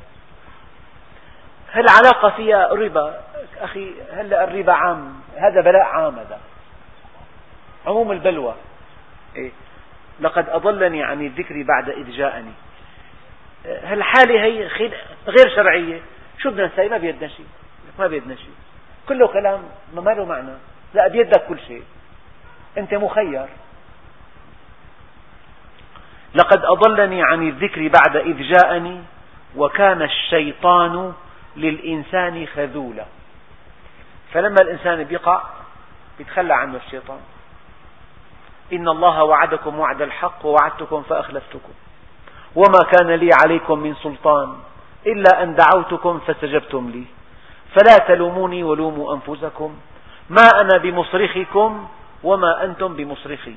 هل علاقة فيها ربا؟ أخي هلأ الربا عام، هذا بلاء عام، هذا عموم البلوى. إيه؟ لقد أضلني عن الذكر بعد إذ جاءني. هالحالة هي غير شرعية. شو بدنا نسوي؟ ما بيدنا شيء، ما بيدنا شيء، كله كلام ما له معنى. لا، بيدك كل شيء، أنت مخير. لقد أضلني عن الذكر بعد إذ جاءني وكان الشيطان للإنسان خذولا. فلما الإنسان بيقع بيتخلى عنه الشيطان. إن الله وعدكم وعد الحق ووعدتكم فأخلفتكم وما كان لي عليكم من سلطان إلا أن دعوتكم فاستجبتم لي فلا تلوموني ولوموا أنفسكم ما أنا بمصرخكم وما أنتم بمصرخي.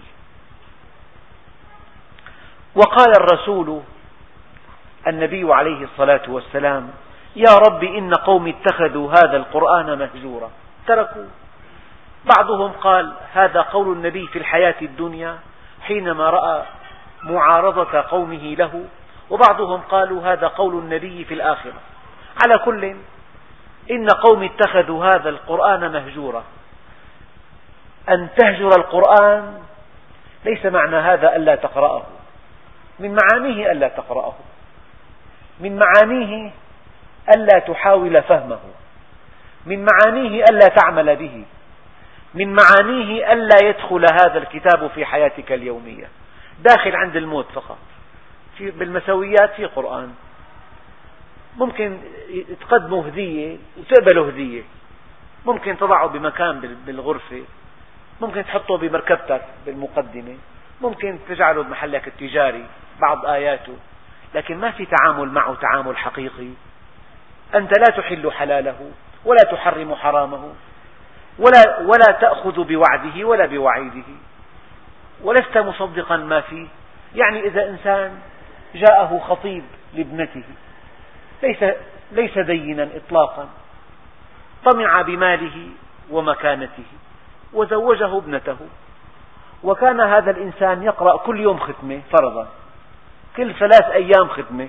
وقال الرسول النبي عليه الصلاة والسلام: يا رب إن قوم اتخذوا هذا القرآن مهجورا. تركوا. بعضهم قال هذا قول النبي في الحياة الدنيا حينما رأى معارضة قومه له، وبعضهم قالوا هذا قول النبي في الآخرة. على كل، إن قوم اتخذوا هذا القرآن مهجورا. أن تهجر القرآن ليس معنى هذا ألا تقرأه، من معانيه ألا تقرأه، من معانيه ألا تحاول فهمه، من معانيه ألا تعمل به، من معانيه ألا يدخل هذا الكتاب في حياتك اليومية، داخل عند الموت فقط. في بالمسويات في قرآن، ممكن تقدموا هدية وتقبلوا هدية، ممكن تضعه بمكان بالغرفة، ممكن تحطه بمركبتك بالمقدمة، ممكن تجعله بمحلك التجاري بعض آياته، لكن ما في تعامل معه تعامل حقيقي. أنت لا تحل حلاله ولا تحرم حرامه، ولا, ولا تأخذ بوعده ولا بوعيده، ولست مصدقا ما فيه. يعني إذا إنسان جاءه خطيب لابنته ليس, ليس دينا إطلاقا، طمع بماله ومكانته وزوجه ابنته، وكان هذا الإنسان يقرأ كل يوم ختمة فرضا، كل ثلاث أيام ختمة،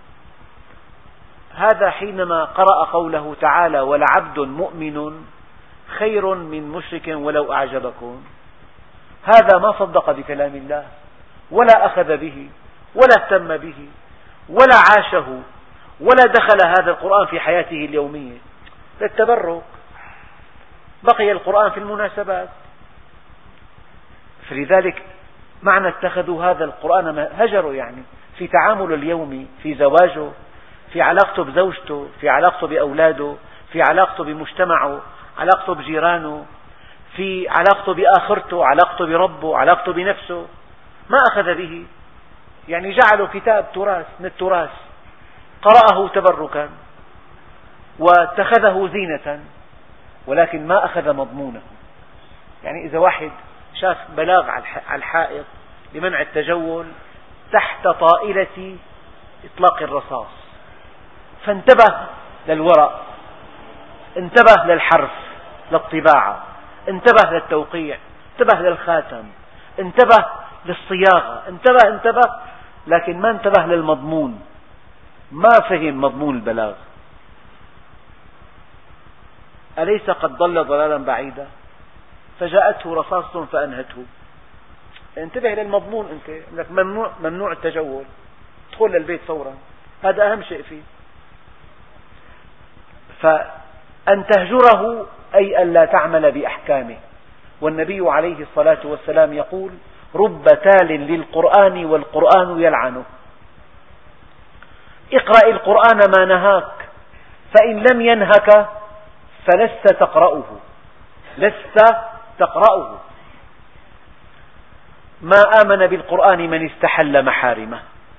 هذا حينما قرأ قوله تعالى ولعبد مؤمن خير من مشرك ولو أعجبكم، هذا ما صدق بكلام الله ولا أخذ به ولا اهتم به ولا عاشه ولا دخل هذا القرآن في حياته اليومية للتبرك، بقي القرآن في المناسبات. فلذلك معنى اتخذوا هذا القرآن هجروا، يعني في تعامله اليومي، في زواجه، في علاقته بزوجته، في علاقته بأولاده، في علاقته بمجتمعه، علاقته بجيرانه، في علاقته بآخرته، علاقته بربه، علاقته بنفسه، ما أخذ به. يعني جعله كتاب تراث من التراث، قرأه تبركا واتخذه زينة، ولكن ما أخذ مضمونه. يعني إذا واحد شاف بلاغ على الحائط لمنع التجول تحت طائلة إطلاق الرصاص، فانتبه للورق، انتبه للحرف، للطباعة، انتبه للتوقيع، انتبه للخاتم، انتبه للصياغة، انتبه انتبه لكن ما انتبه للمضمون، ما فهم مضمون البلاغ. أليس قد ضل ضلالا بعيدا فجاءته رصاصة فأنهته؟ انتبه للمضمون، أنت لك ممنوع, ممنوع التجول، ادخل للبيت فورا، هذا أهم شيء فيه. فأن تهجره أي أن لا تعمل بأحكامه. والنبي عليه الصلاة والسلام يقول رب تال للقرآن والقرآن يلعنه. اقرأ القرآن ما نهاك، فإن لم ينهك فلست تقرأه، لست تقرأه. ما آمن بالقرآن من استحل محارمه.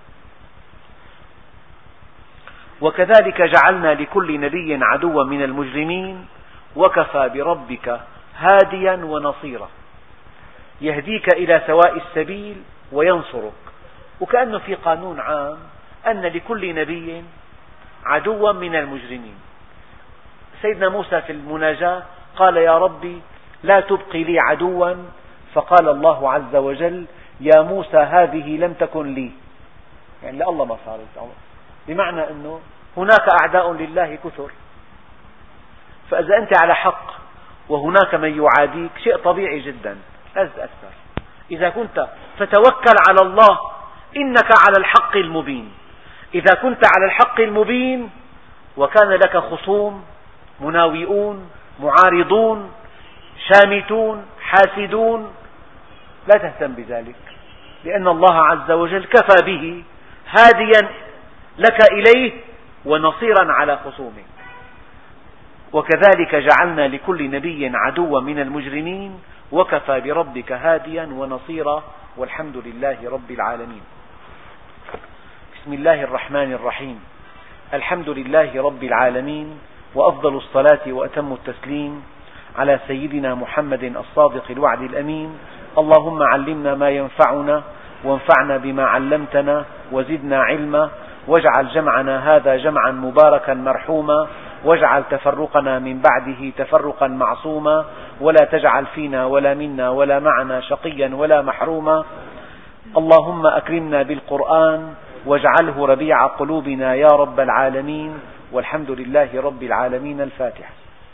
وكذلك جعلنا لكل نبي عدوا من المجرمين وكفى بربك هاديا ونصيرا، يهديك إلى سواء السبيل وينصرك. وكأنه في قانون عام أن لكل نبي عدوا من المجرمين. سيدنا موسى في المناجاة قال يا ربي لا تبقي لي عدوا، فقال الله عز وجل يا موسى هذه لم تكن لي، يعني لا الله ما صارت، بمعنى أنه هناك أعداء لله كثر، فإذا أنت على حق وهناك من يعاديك شيء طبيعي جدا لا تتأثر. إذا كنت فتوكل على الله إنك على الحق المبين. إذا كنت على الحق المبين وكان لك خصوم مناوئون معارضون شامتون حاسدون لا تهتم بذلك، لأن الله عز وجل كفى به هاديا لك إليه ونصيرا على خصومه. وكذلك جعلنا لكل نبي عدوا من المجرمين وكفى بربك هاديا ونصيرا والحمد لله رب العالمين. بسم الله الرحمن الرحيم. الحمد لله رب العالمين، وأفضل الصلاة وأتم التسليم على سيدنا محمد الصادق الوعد الأمين. اللهم علمنا ما ينفعنا وانفعنا بما علمتنا وزدنا علما، واجعل جمعنا هذا جمعا مباركا مرحوما، واجعل تفرقنا من بعده تفرقا معصوما، ولا تجعل فينا ولا منا ولا معنا شقيا ولا محروما. اللهم أكرمنا بالقرآن واجعله ربيع قلوبنا يا رب العالمين، والحمد لله رب العالمين. الفاتحة.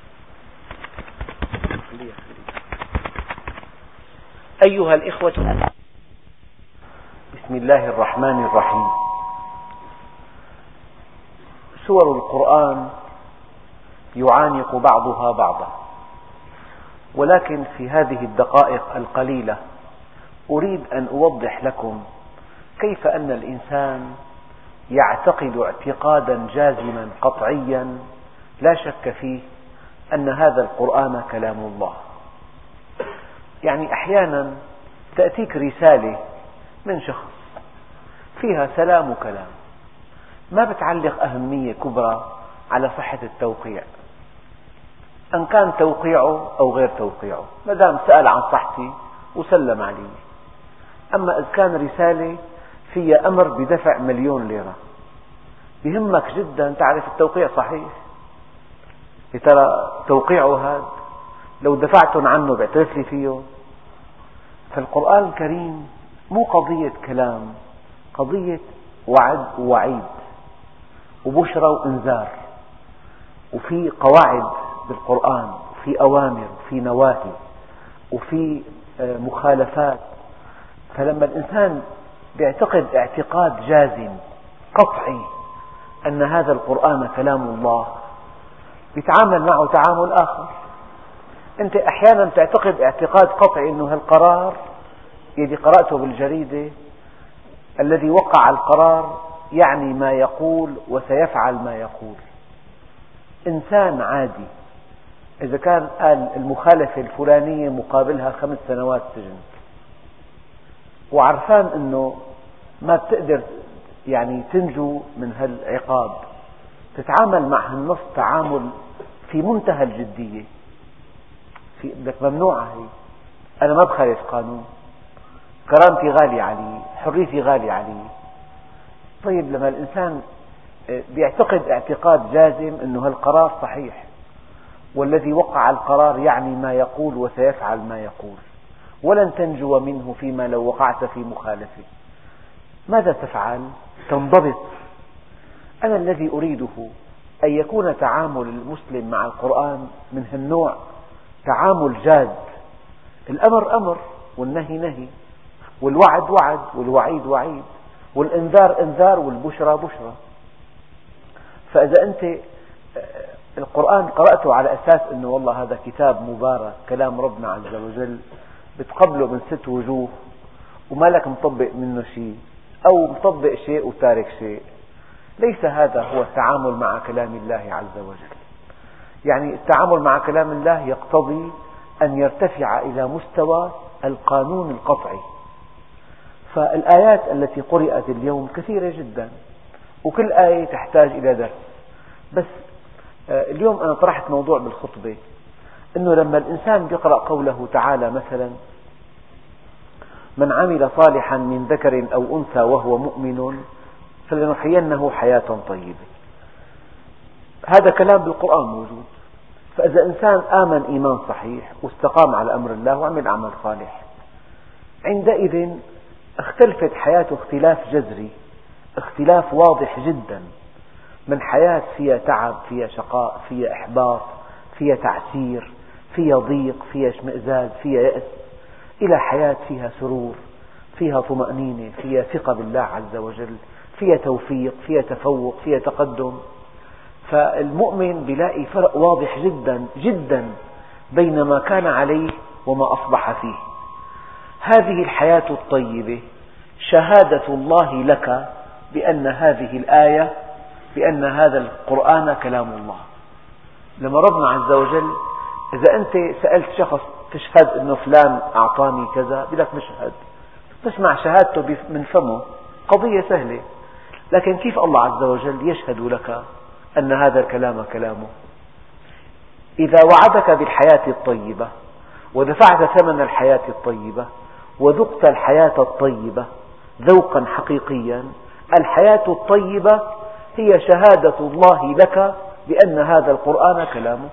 أيها الإخوة، بسم الله الرحمن الرحيم. سور القرآن يعانق بعضها بعضا، ولكن في هذه الدقائق القليلة أريد أن أوضح لكم كيف أن الإنسان يعتقد اعتقادا جازما قطعيا لا شك فيه أن هذا القرآن كلام الله. يعني أحيانا تأتيك رسالة من شخص فيها سلام وكلام، ما بتعلق أهمية كبرى على صحة التوقيع، أن كان توقيعه أو غير توقيعه، ما دام سأل عن صحتي وسلم علي. أما إذا كان رسالة فيها أمر بدفع مليون ليرة، بهمك جدا تعرف التوقيع صحيح، يا ترى توقيعه هذا لو دفعتم عنه بيعترف لي فيه. فالقرآن الكريم مو قضية كلام، قضية وعد ووعيد وبشرى وإنذار، وفي قواعد بالقرآن، وفي أوامر وفي نواهي وفي مخالفات. فلما الإنسان يعتقد اعتقاد جازم قطعي أن هذا القرآن كلام الله، يتعامل معه تعامل آخر. أنت أحيانا تعتقد اعتقاد قطعي أنه هالقرار الذي قرأته بالجريدة الذي وقع القرار يعني ما يقول وسيفعل ما يقول. إنسان عادي إذا كان قال المخالفة الفلانية مقابلها خمس سنوات سجن، وعرفان أنه ما بتقدر يعني تنجو من هالعقاب، تتعامل مع هالنص تعامل في منتهى الجدية. في بدك ممنوعة هي، أنا ما بخالف قانون، كرامتي غالية علي، حريتي غالية علي. طيب لما الإنسان بيعتقد اعتقاد جازم أنه هالقرار صحيح، والذي وقع القرار يعني ما يقول وسيفعل ما يقول، ولن تنجو منه فيما لو وقعت في مخالفة، ماذا تفعل؟ تنضبط. أنا الذي أريده أن يكون تعامل المسلم مع القرآن من هالنوع، تعامل جاد. الأمر أمر، والنهي نهي، والوعد وعد، والوعيد وعيد، والإنذار إنذار، والبشرى بشرى. فإذا أنت القرآن قرأته على أساس أنه والله هذا كتاب مبارك كلام ربنا عز وجل بتقبله من ست وجوه وما لك مطبق منه شيء، أو مطبق شيء وتارك شيء، ليس هذا هو التعامل مع كلام الله عز وجل. يعني التعامل مع كلام الله يقتضي أن يرتفع إلى مستوى القانون القطعي. فالآيات التي قرأت اليوم كثيرة جدا، وكل آية تحتاج إلى درس. بس اليوم أنا طرحت موضوع بالخطبة، أنه لما الإنسان يقرأ قوله تعالى مثلا من عمل صالحا من ذكر أو أنثى وهو مؤمن فلنحيينه حياة طيبة، هذا كلام بالقرآن موجود. فإذا إنسان آمن إيمان صحيح واستقام على أمر الله وعمل عمل صالح، عندئذ اختلفت حياته اختلاف جذري، اختلاف واضح جدا، من حياة فيها تعب، فيها شقاء، فيها إحباط، فيها تعسير، فيها ضيق، فيها اشمئزاز، فيها يأس، إلى حياة فيها سرور، فيها طمأنينة، فيها ثقة بالله عز وجل، فيها توفيق، فيها تفوق، فيها تقدم. فالمؤمن بيلاقي فرق واضح جدا جدا بين ما كان عليه وما أصبح فيه. هذه الحياة الطيبة شهادة الله لك بأن هذه الآية، بأن هذا القرآن كلام الله. لما ربنا عز وجل إذا أنت سألت شخص تشهد أنه فلان أعطاني كذا، بدك نشهد، تسمع شهادته من فمه، قضية سهلة. لكن كيف الله عز وجل يشهد لك أن هذا الكلام كلامه؟ إذا وعدك بالحياة الطيبة ودفعت ثمن الحياة الطيبة وذقت الحياة الطيبة ذوقا حقيقيا، الحياة الطيبة هي شهادة الله لك بأن هذا القرآن كلامه.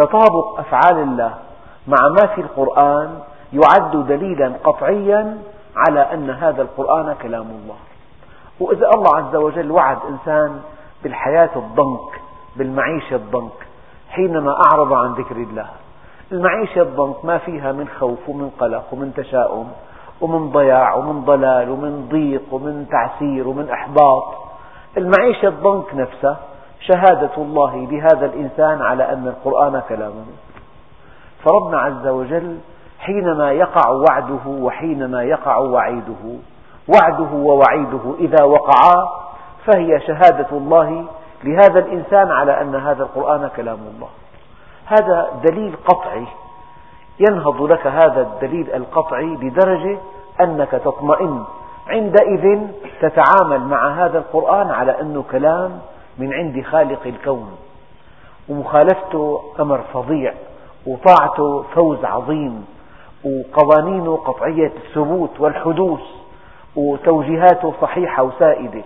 تطابق أفعال الله مع ما في القرآن يعد دليلا قطعيا على أن هذا القرآن كلام الله. وإذا الله عز وجل وعد إنسان بالحياة الضنك، بالمعيشة الضنك، حينما أعرض عن ذكر الله، المعيشة الضنك ما فيها من خوف ومن قلق ومن تشاؤم ومن ضياع ومن ضلال ومن ضيق ومن تعسير ومن إحباط. المعيشة الضنك نفسها شهادة الله بهذا الإنسان على أن القرآن كلامه. فربنا عز وجل حينما يقع وعده وحينما يقع وعيده، وعده ووعيده إذا وقعا فهي شهادة الله لهذا الإنسان على أن هذا القرآن كلام الله. هذا دليل قطعي، ينهض لك هذا الدليل القطعي لدرجة أنك تطمئن عندئذ تتعامل مع هذا القرآن على أنه كلام من عند خالق الكون، ومخالفته أمر فظيع، وطاعته فوز عظيم، وقوانينه قطعية الثبوت والحدوث، وتوجيهاته صحيحة وسائدة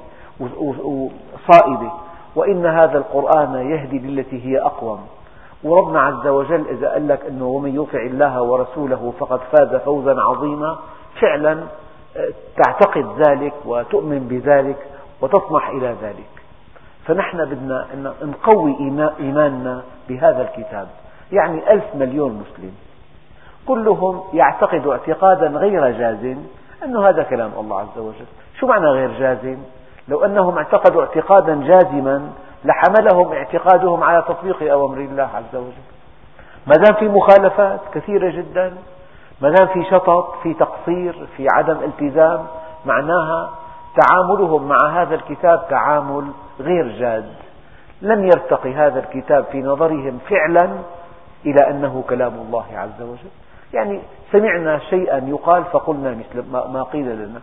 وصائدة، وإن هذا القرآن يهدي للتي هي أقوم. وربنا عز وجل إذا قال لك أنه ومن يطع الله ورسوله فقد فاز فوزا عظيما، فعلا تعتقد ذلك وتؤمن بذلك وتطمح إلى ذلك. فنحن بدنا أن نقوي إيماننا بهذا الكتاب. يعني ألف مليون مسلم كلهم يعتقد اعتقادا غير جازم أن هذا كلام الله عز وجل. شو معنى غير جازم؟ لو أنهم اعتقدوا اعتقادا جازما لحملهم اعتقادهم على تطبيق أوامر الله عز وجل. ما دام في مخالفات كثيرة جدا، ما دام في شطط، في تقصير، في عدم التزام، معناها تعاملهم مع هذا الكتاب تعامل غير جاد. لم يرتقي هذا الكتاب في نظرهم فعلا إلى أنه كلام الله عز وجل. يعني سمعنا شيئا يقال فقلنا مثل ما قيل لنا.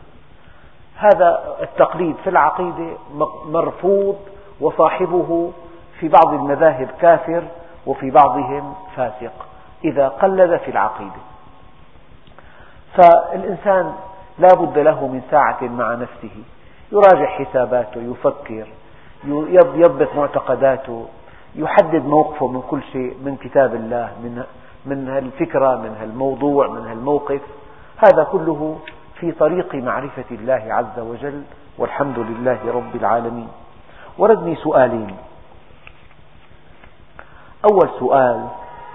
هذا التقليد في العقيدة مرفوض، وصاحبه في بعض المذاهب كافر وفي بعضهم فاسق إذا قلد في العقيدة. فالإنسان لا بد له من ساعة مع نفسه يراجع حساباته، يفكر، يضبط معتقداته، يحدد موقفه من كل شيء، من كتاب الله، من من هالفكرة، من هالموضوع، من هالموقف. هذا كله في طريق معرفة الله عز وجل، والحمد لله رب العالمين. وردني سؤالين. أول سؤال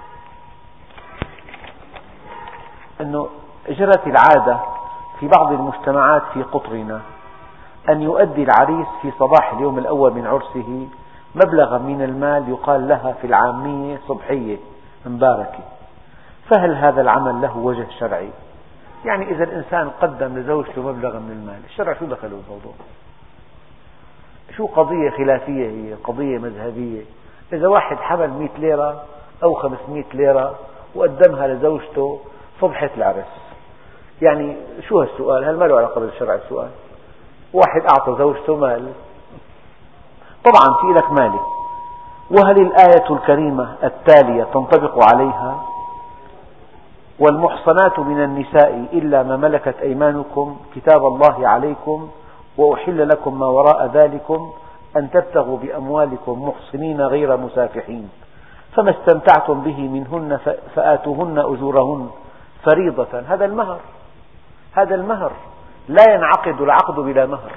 أنه جرت العادة في بعض المجتمعات في قطرنا أن يؤدي العريس في صباح اليوم الأول من عرسه مبلغا من المال يقال لها في العامية صبحية مباركة. فهل هذا العمل له وجه شرعي؟ يعني إذا الإنسان قدم لزوجته مبلغا من المال، الشرع شو دخله بالموضوع؟ شو قضية خلافية، هي قضية مذهبية. إذا واحد حمل مئة ليرة أو خمسمئة ليرة وقدمها لزوجته صبحة العرس، يعني شو هالسؤال؟ هل ما له علاقة بالشرع السؤال؟ واحد أعطى زوجته مال، طبعا في لك مالك. وهل الآية الكريمة التالية تنطبق عليها؟ والمحصنات من النساء إلا ما ملكت أيمانكم كتاب الله عليكم وأحل لكم ما وراء ذلكم أن تبتغوا بأموالكم محصنين غير مسافحين فما استمتعتم به منهن فآتوهن أجورهن فريضة. هذا المهر، هذا المهر، لا ينعقد العقد بلا مهر.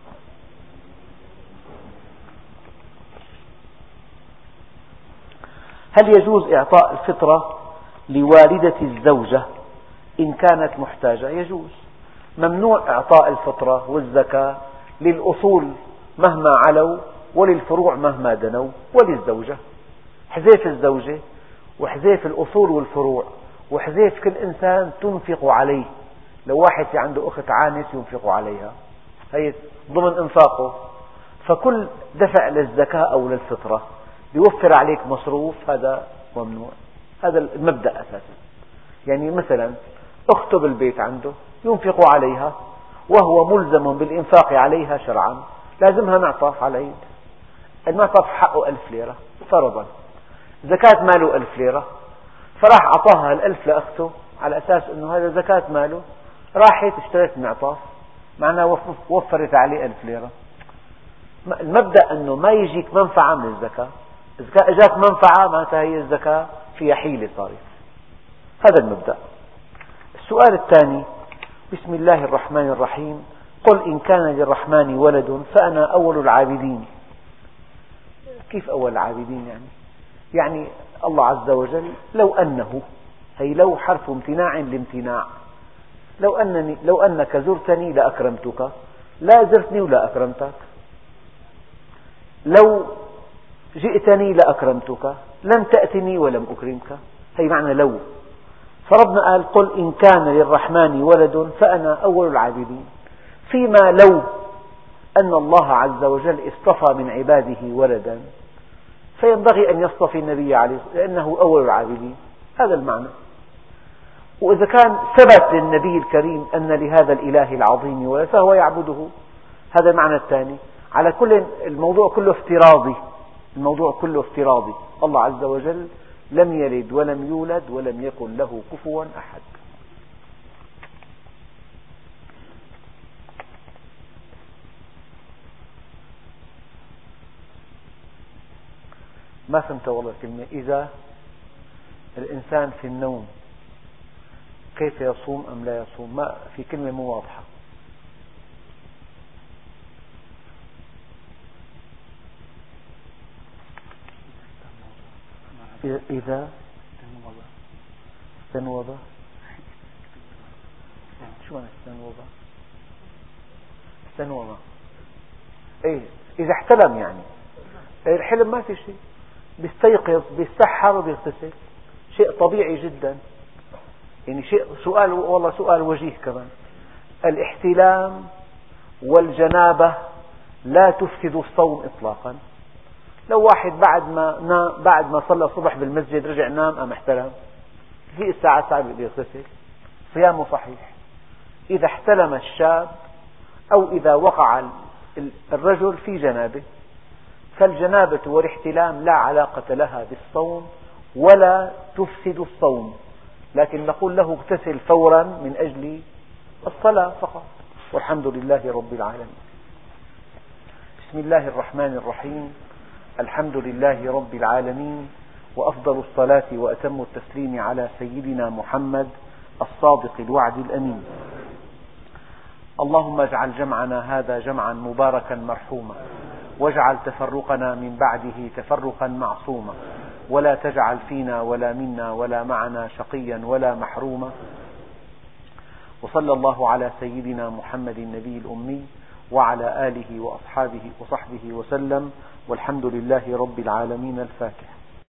هل يجوز إعطاء الفطرة لوالدة الزوجة إن كانت محتاجة؟ يجوز. ممنوع إعطاء الفطرة والزكاة للأصول مهما علوا وللفروع مهما دنوا وللزوجة. حذيف الزوجة وحذيف الأصول والفروع وحذيف كل إنسان تنفق عليه. لو واحد في عنده أخت عانس ينفق عليها، هي ضمن إنفاقه. فكل دفع للزكاة أو للفطرة يوفر عليك مصروف، هذا ممنوع. هذا المبدأ أساسا. يعني مثلا أخته بالبيت عنده ينفق عليها وهو ملزم بالإنفاق عليها شرعا، لازمها معطف على العيد. المعطف حقه ألف ليرة فرضا، زكاة ماله ألف ليرة، فراح أعطاها الألف لأخته على أساس أنه هذا زكاة ماله، راحت اشتريت معطف، معناه وفرت عليه ألف ليرة. المبدأ أنه ما يجيك منفعة من الزكاة. إذا أجاك منفعة معناتها هي الزكاة فيها حيلة صارت. هذا المبدأ. السؤال الثاني: بسم الله الرحمن الرحيم قل إن كان للرحمن ولد فأنا أول العابدين. كيف أول العابدين يعني؟ يعني الله عز وجل لو أنه، هي لو حرف امتناع لامتناع، لو أنني لو أنك زرتني لأكرمتك، لا زرتني ولا أكرمتك. لو جئتني لأكرمتك، لم تأتني ولم أكرمك. هي معنى لو. فربنا قال قل إن كان للرحمن ولد فأنا أول العابدين، فيما لو أن الله عز وجل اصطفى من عباده ولدا فينبغي أن يصطفي النبي عليه لأنه أول العابدين، هذا المعنى. وإذا كان ثبت للنبي الكريم أن لهذا الإله العظيم ولد فهو يعبده، هذا المعنى الثاني. على كل الموضوع كله افتراضي، الموضوع كله افتراضي. الله عز وجل لم يلد ولم يولد ولم يكن له كفوا أحد. ما فهمت والله الكلمة. إذا الإنسان في النوم كيف يصوم أم لا يصوم؟ ما في كلمة مو واضحة. إذا استنوض، شو معنى استنوض؟ استنوض إيه إذا احتلم يعني. الحلم ما في شيء، بيستيقظ بيستحر وبيغتسل، شيء طبيعي جدا. يعني شيء سؤال والله سؤال وجيه كمان. الاحتلام والجنابة لا تفسد الصوم إطلاقا. لو واحد بعد ما نام بعد ما صلى الصبح بالمسجد رجع نام أم احتلم، في الساعة ساعة بيغتسل، صيامه صحيح. إذا احتلم الشاب أو إذا وقع الرجل في جنابه، فالجنابة والاحتلام لا علاقة لها بالصوم ولا تفسد الصوم، لكن نقول له اغتسل فورا من أجل الصلاة فقط. والحمد لله رب العالمين. بسم الله الرحمن الرحيم. الحمد لله رب العالمين، وأفضل الصلاة وأتم التسليم على سيدنا محمد الصادق الوعد الأمين. اللهم اجعل جمعنا هذا جمعا مباركا مرحوما، واجعل تفرقنا من بعده تفرقا معصوما، ولا تجعل فينا ولا منا ولا معنا شقيا ولا محروما. وصلى الله على سيدنا محمد النبي الأمي وعلى آله وأصحابه وصحبه وسلم، والحمد لله رب العالمين. الفاتحة.